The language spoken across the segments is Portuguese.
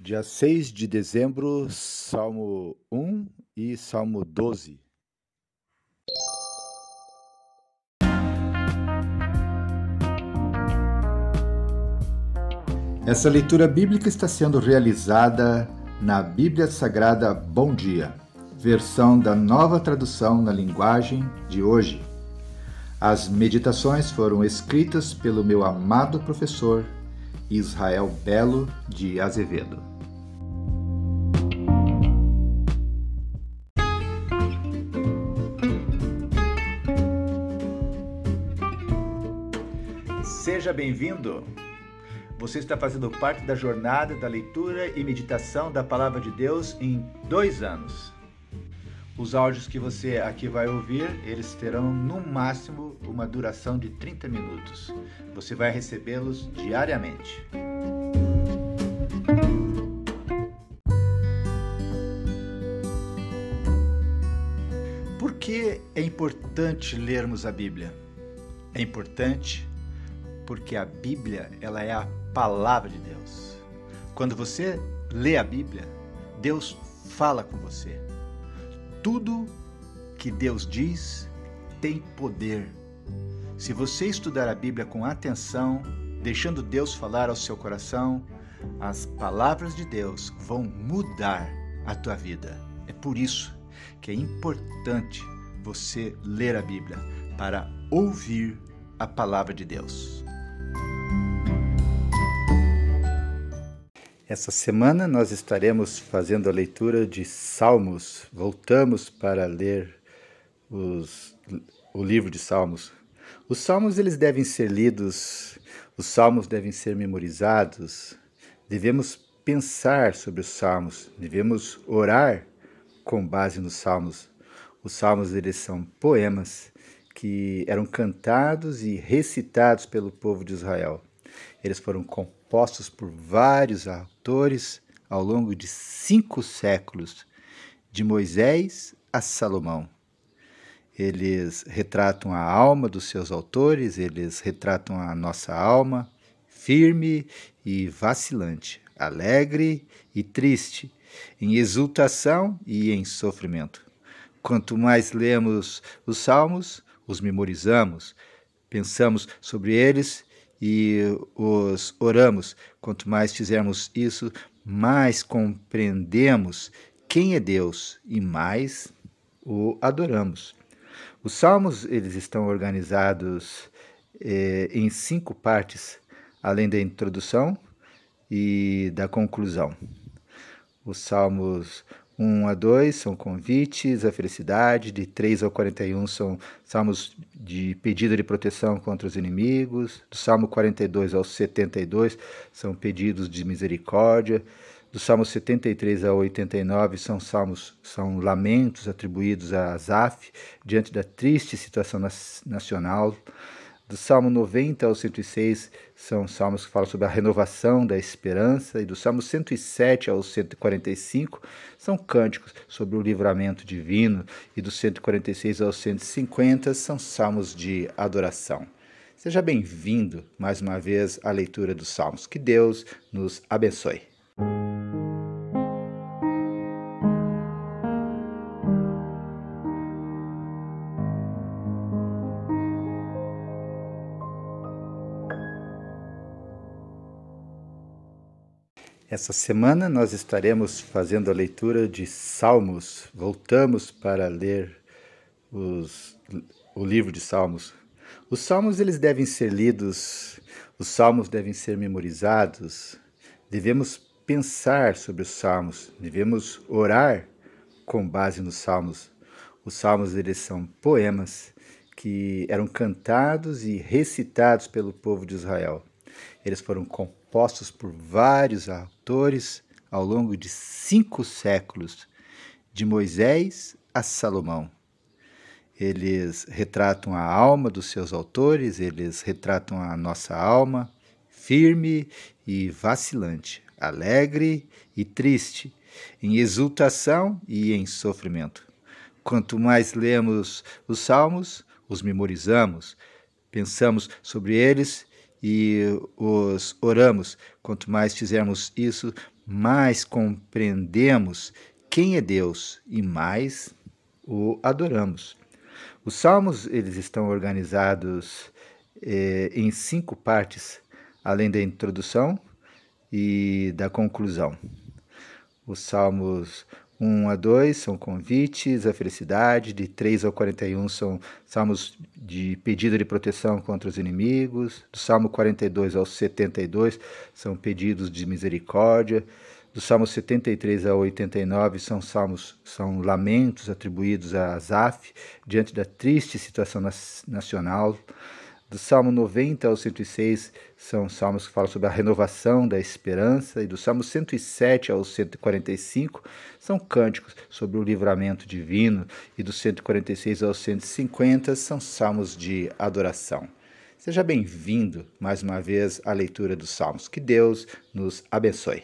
Dia 6 de dezembro, Salmo 1 e Salmo 12. Essa leitura bíblica está sendo realizada na Bíblia Sagrada Bom Dia, versão da Nova Tradução na Linguagem de hoje. As meditações foram escritas pelo meu amado professor Israel Belo de Azevedo. Seja bem-vindo! Você está fazendo parte da jornada da leitura e meditação da Palavra de Deus em 2 anos. Os áudios que você aqui vai ouvir, eles terão no máximo uma duração de 30 minutos. Você vai recebê-los diariamente. Por que é importante lermos a Bíblia? É importante porque a Bíblia, ela é a palavra de Deus. Quando você lê a Bíblia, Deus fala com você. Tudo que Deus diz tem poder. Se você estudar a Bíblia com atenção, deixando Deus falar ao seu coração, as palavras de Deus vão mudar a tua vida. É por isso que é importante você ler a Bíblia, para ouvir a palavra de Deus. Essa semana nós estaremos fazendo a leitura de Salmos. Voltamos para ler o livro de Salmos. Os Salmos eles devem ser lidos, os Salmos devem ser memorizados. Devemos pensar sobre os Salmos, devemos orar com base nos Salmos. Os Salmos eles são poemas que eram cantados e recitados pelo povo de Israel. Eles foram compostos por vários autores ao longo de 5 séculos, de Moisés a Salomão. Eles retratam a alma dos seus autores, eles retratam a nossa alma, firme e vacilante, alegre e triste, em exultação e em sofrimento. Quanto mais lemos os Salmos, os memorizamos, pensamos sobre eles e os oramos. Quanto mais fizermos isso, mais compreendemos quem é Deus e mais o adoramos. Os Salmos eles estão organizados em 5 partes, além da introdução e da conclusão. Os Salmos 1 a 2 são convites à felicidade, de 3 ao 41 são salmos de pedido de proteção contra os inimigos, do Salmo 42 ao 72 são pedidos de misericórdia, do Salmo 73 ao 89 são lamentos atribuídos a Asaf diante da triste situação nacional. Do Salmo 90 ao 106 são salmos que falam sobre a renovação da esperança, e do Salmo 107 ao 145 são cânticos sobre o livramento divino, e do 146 ao 150 são salmos de adoração. Seja bem-vindo mais uma vez à leitura dos Salmos. Que Deus nos abençoe. Essa semana nós estaremos fazendo a leitura de Salmos. Voltamos para ler o livro de Salmos. Os Salmos eles devem ser lidos, os Salmos devem ser memorizados. Devemos pensar sobre os Salmos, devemos orar com base nos Salmos. Os Salmos eles são poemas que eram cantados e recitados pelo povo de Israel. Eles foram compostos por vários autores ao longo de 5 séculos, de Moisés a Salomão. Eles retratam a alma dos seus autores, eles retratam a nossa alma, firme e vacilante, alegre e triste, em exultação e em sofrimento. Quanto mais lemos os Salmos, os memorizamos, pensamos sobre eles e os oramos. Quanto mais fizermos isso, mais compreendemos quem é Deus e mais o adoramos. Os salmos eles estão organizados em 5 partes, além da introdução e da conclusão. Os salmos 1 a 2 são convites à felicidade, de 3 ao 41 são salmos de pedido de proteção contra os inimigos, do Salmo 42 ao 72 são pedidos de misericórdia, do Salmo 73 ao 89 são lamentos atribuídos a Asaf diante da triste situação nacional. Do Salmo 90 ao 106 são salmos que falam sobre a renovação da esperança, e do Salmo 107 ao 145 são cânticos sobre o livramento divino, e do 146 ao 150 são salmos de adoração. Seja bem-vindo mais uma vez à leitura dos salmos. Que Deus nos abençoe.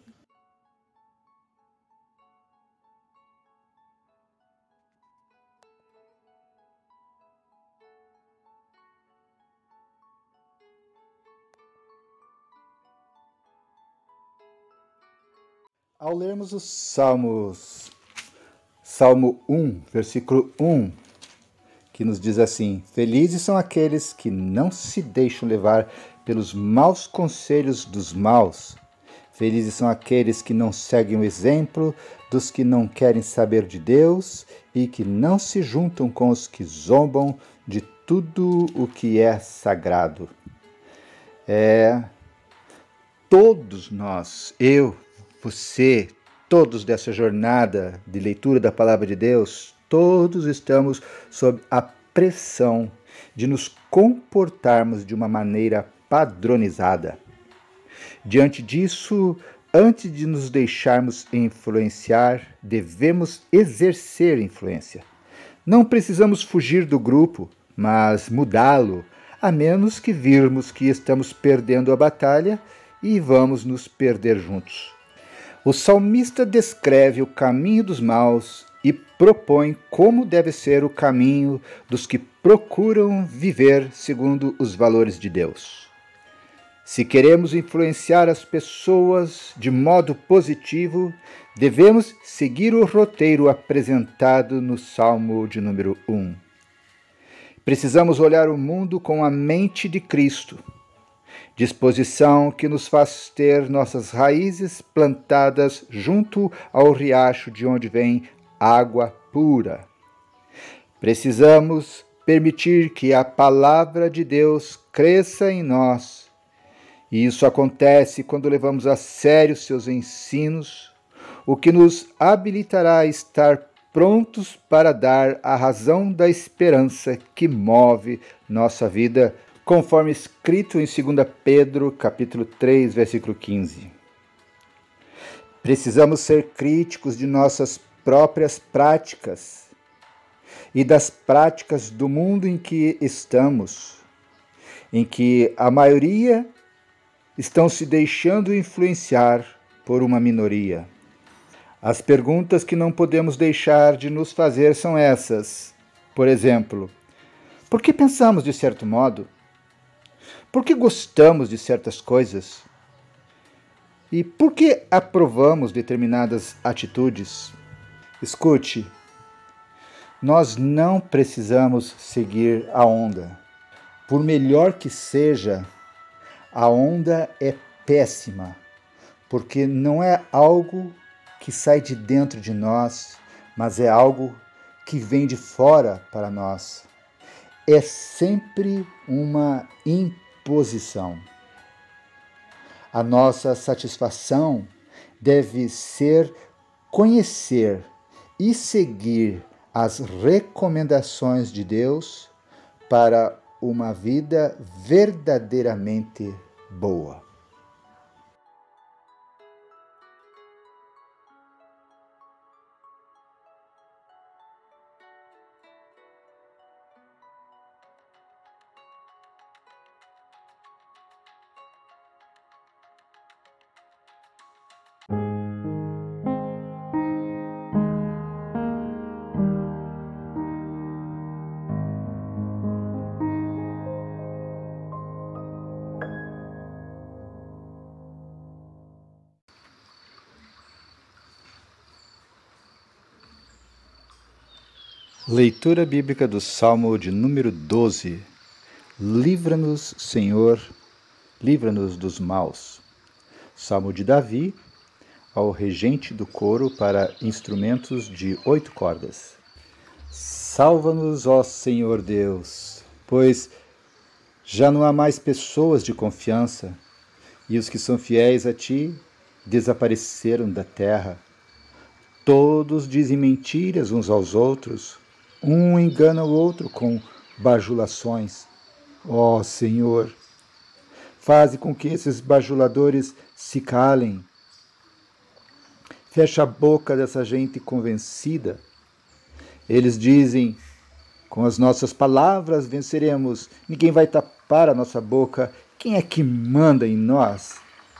Ao lermos os Salmos, Salmo 1, versículo 1, que nos diz assim: Felizes são aqueles que não se deixam levar pelos maus conselhos dos maus. Felizes são aqueles que não seguem o exemplo dos que não querem saber de Deus e que não se juntam com os que zombam de tudo o que é sagrado. Todos nós, eu, você, todos dessa jornada de leitura da Palavra de Deus, todos estamos sob a pressão de nos comportarmos de uma maneira padronizada. Diante disso, antes de nos deixarmos influenciar, devemos exercer influência. Não precisamos fugir do grupo, mas mudá-lo, a menos que virmos que estamos perdendo a batalha e vamos nos perder juntos. O salmista descreve o caminho dos maus e propõe como deve ser o caminho dos que procuram viver segundo os valores de Deus. Se queremos influenciar as pessoas de modo positivo, devemos seguir o roteiro apresentado no Salmo de número 1. Precisamos olhar o mundo com a mente de Cristo, disposição que nos faz ter nossas raízes plantadas junto ao riacho de onde vem água pura. Precisamos permitir que a palavra de Deus cresça em nós. E isso acontece quando levamos a sério seus ensinos, o que nos habilitará a estar prontos para dar a razão da esperança que move nossa vida, conforme escrito em 2 Pedro, capítulo 3, versículo 15. Precisamos ser críticos de nossas próprias práticas e das práticas do mundo em que estamos, em que a maioria estão se deixando influenciar por uma minoria. As perguntas que não podemos deixar de nos fazer são essas. Por exemplo, por que pensamos de certo modo? Por que gostamos de certas coisas? E por que aprovamos determinadas atitudes? Escute, nós não precisamos seguir a onda. Por melhor que seja, a onda é péssima, porque não é algo que sai de dentro de nós, mas é algo que vem de fora para nós. É sempre uma imposição. A nossa satisfação deve ser conhecer e seguir as recomendações de Deus para uma vida verdadeiramente boa. Leitura bíblica do Salmo de número 12. Livra-nos, Senhor, livra-nos dos maus. Salmo de Davi, ao regente do coro para instrumentos de 8 cordas. Salva-nos, ó Senhor Deus, pois já não há mais pessoas de confiança, e os que são fiéis a Ti desapareceram da terra. Todos dizem mentiras uns aos outros, um engana o outro com bajulações. Ó Senhor, faze com que esses bajuladores se calem. Fecha a boca dessa gente convencida. Eles dizem, com as nossas palavras venceremos, ninguém vai tapar a nossa boca. Quem é que manda em nós?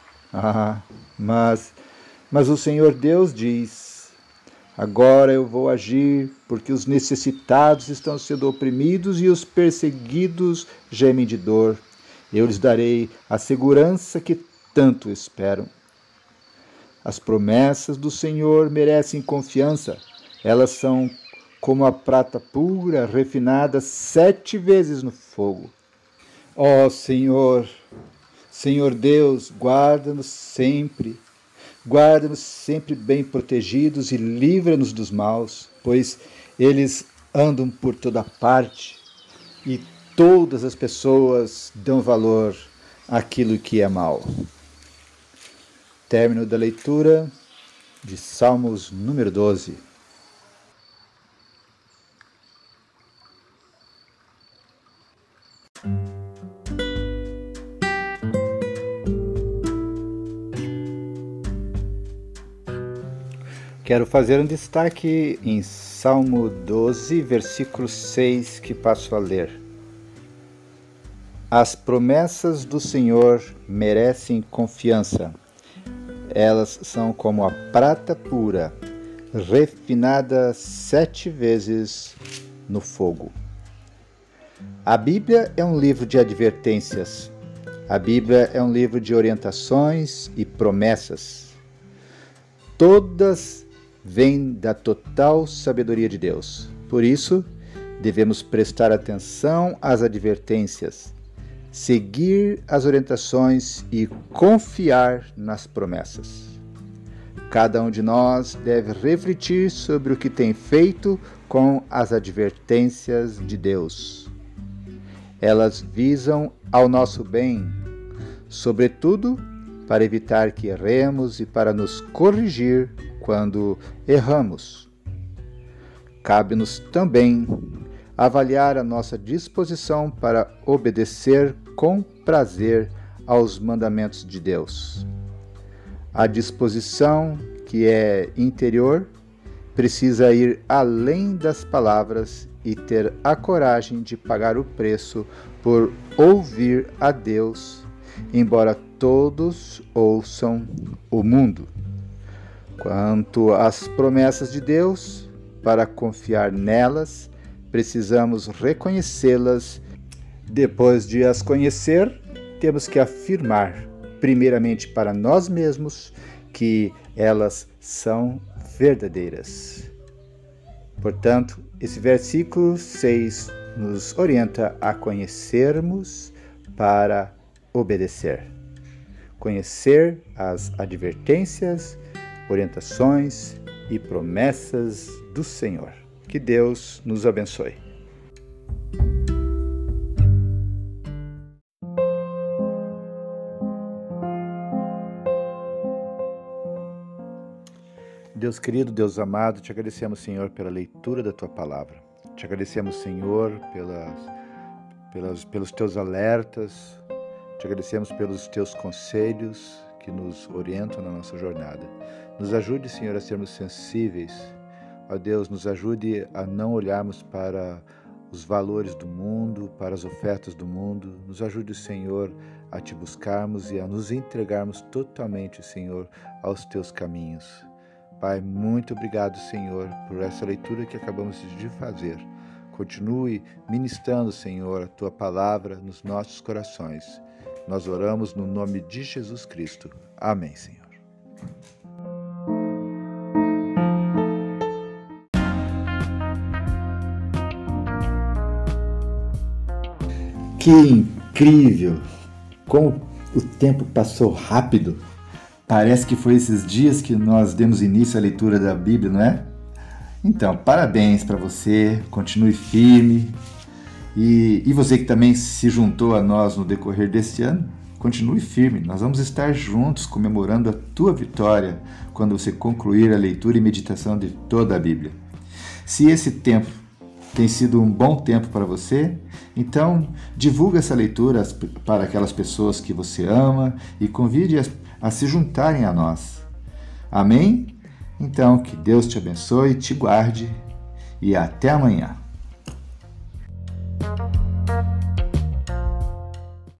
Mas o Senhor Deus diz, agora eu vou agir, porque os necessitados estão sendo oprimidos e os perseguidos gemem de dor. Eu lhes darei a segurança que tanto esperam. As promessas do Senhor merecem confiança. Elas são como a prata pura, refinada 7 vezes no fogo. Ó Senhor, Senhor Deus, guarda-nos sempre bem protegidos e livra-nos dos maus, pois eles andam por toda parte e todas as pessoas dão valor àquilo que é mal. Término da leitura de Salmos número 12. Quero fazer um destaque em Salmo 12, versículo 6, que passo a ler. As promessas do Senhor merecem confiança. Elas são como a prata pura, refinada 7 vezes no fogo. A Bíblia é um livro de advertências. A Bíblia é um livro de orientações e promessas. Todas vêm da total sabedoria de Deus. Por isso, devemos prestar atenção às advertências, seguir as orientações e confiar nas promessas. Cada um de nós deve refletir sobre o que tem feito com as advertências de Deus. Elas visam ao nosso bem, sobretudo para evitar que erremos e para nos corrigir quando erramos. Cabe-nos também avaliar a nossa disposição para obedecer com prazer aos mandamentos de Deus. A disposição, que é interior, precisa ir além das palavras e ter a coragem de pagar o preço por ouvir a Deus, embora todos ouçam o mundo. Quanto às promessas de Deus, para confiar nelas, precisamos reconhecê-las. Depois de as conhecer, temos que afirmar, primeiramente para nós mesmos, que elas são verdadeiras. Portanto, esse versículo 6 nos orienta a conhecermos para obedecer. Conhecer as advertências, orientações e promessas do Senhor. Que Deus nos abençoe. Deus querido, Deus amado, te agradecemos, Senhor, pela leitura da Tua Palavra. Te agradecemos, Senhor, pelos Teus alertas. Te agradecemos pelos Teus conselhos que nos orientam na nossa jornada. Nos ajude, Senhor, a sermos sensíveis. Ó Deus, nos ajude a não olharmos para os valores do mundo, para as ofertas do mundo. Nos ajude, Senhor, a Te buscarmos e a nos entregarmos totalmente, Senhor, aos Teus caminhos. Pai, muito obrigado, Senhor, por essa leitura que acabamos de fazer. Continue ministrando, Senhor, a Tua palavra nos nossos corações. Nós oramos no nome de Jesus Cristo. Amém, Senhor. Que incrível! Como o tempo passou rápido. Parece que foi esses dias que nós demos início à leitura da Bíblia, não é? Então, parabéns para você, continue firme. E você que também se juntou a nós no decorrer deste ano, continue firme. Nós vamos estar juntos comemorando a tua vitória quando você concluir a leitura e meditação de toda a Bíblia. Se esse tempo tem sido um bom tempo para você, então divulga essa leitura para aquelas pessoas que você ama e convide-as a se juntarem a nós. Amém? Então, que Deus te abençoe, te guarde e até amanhã.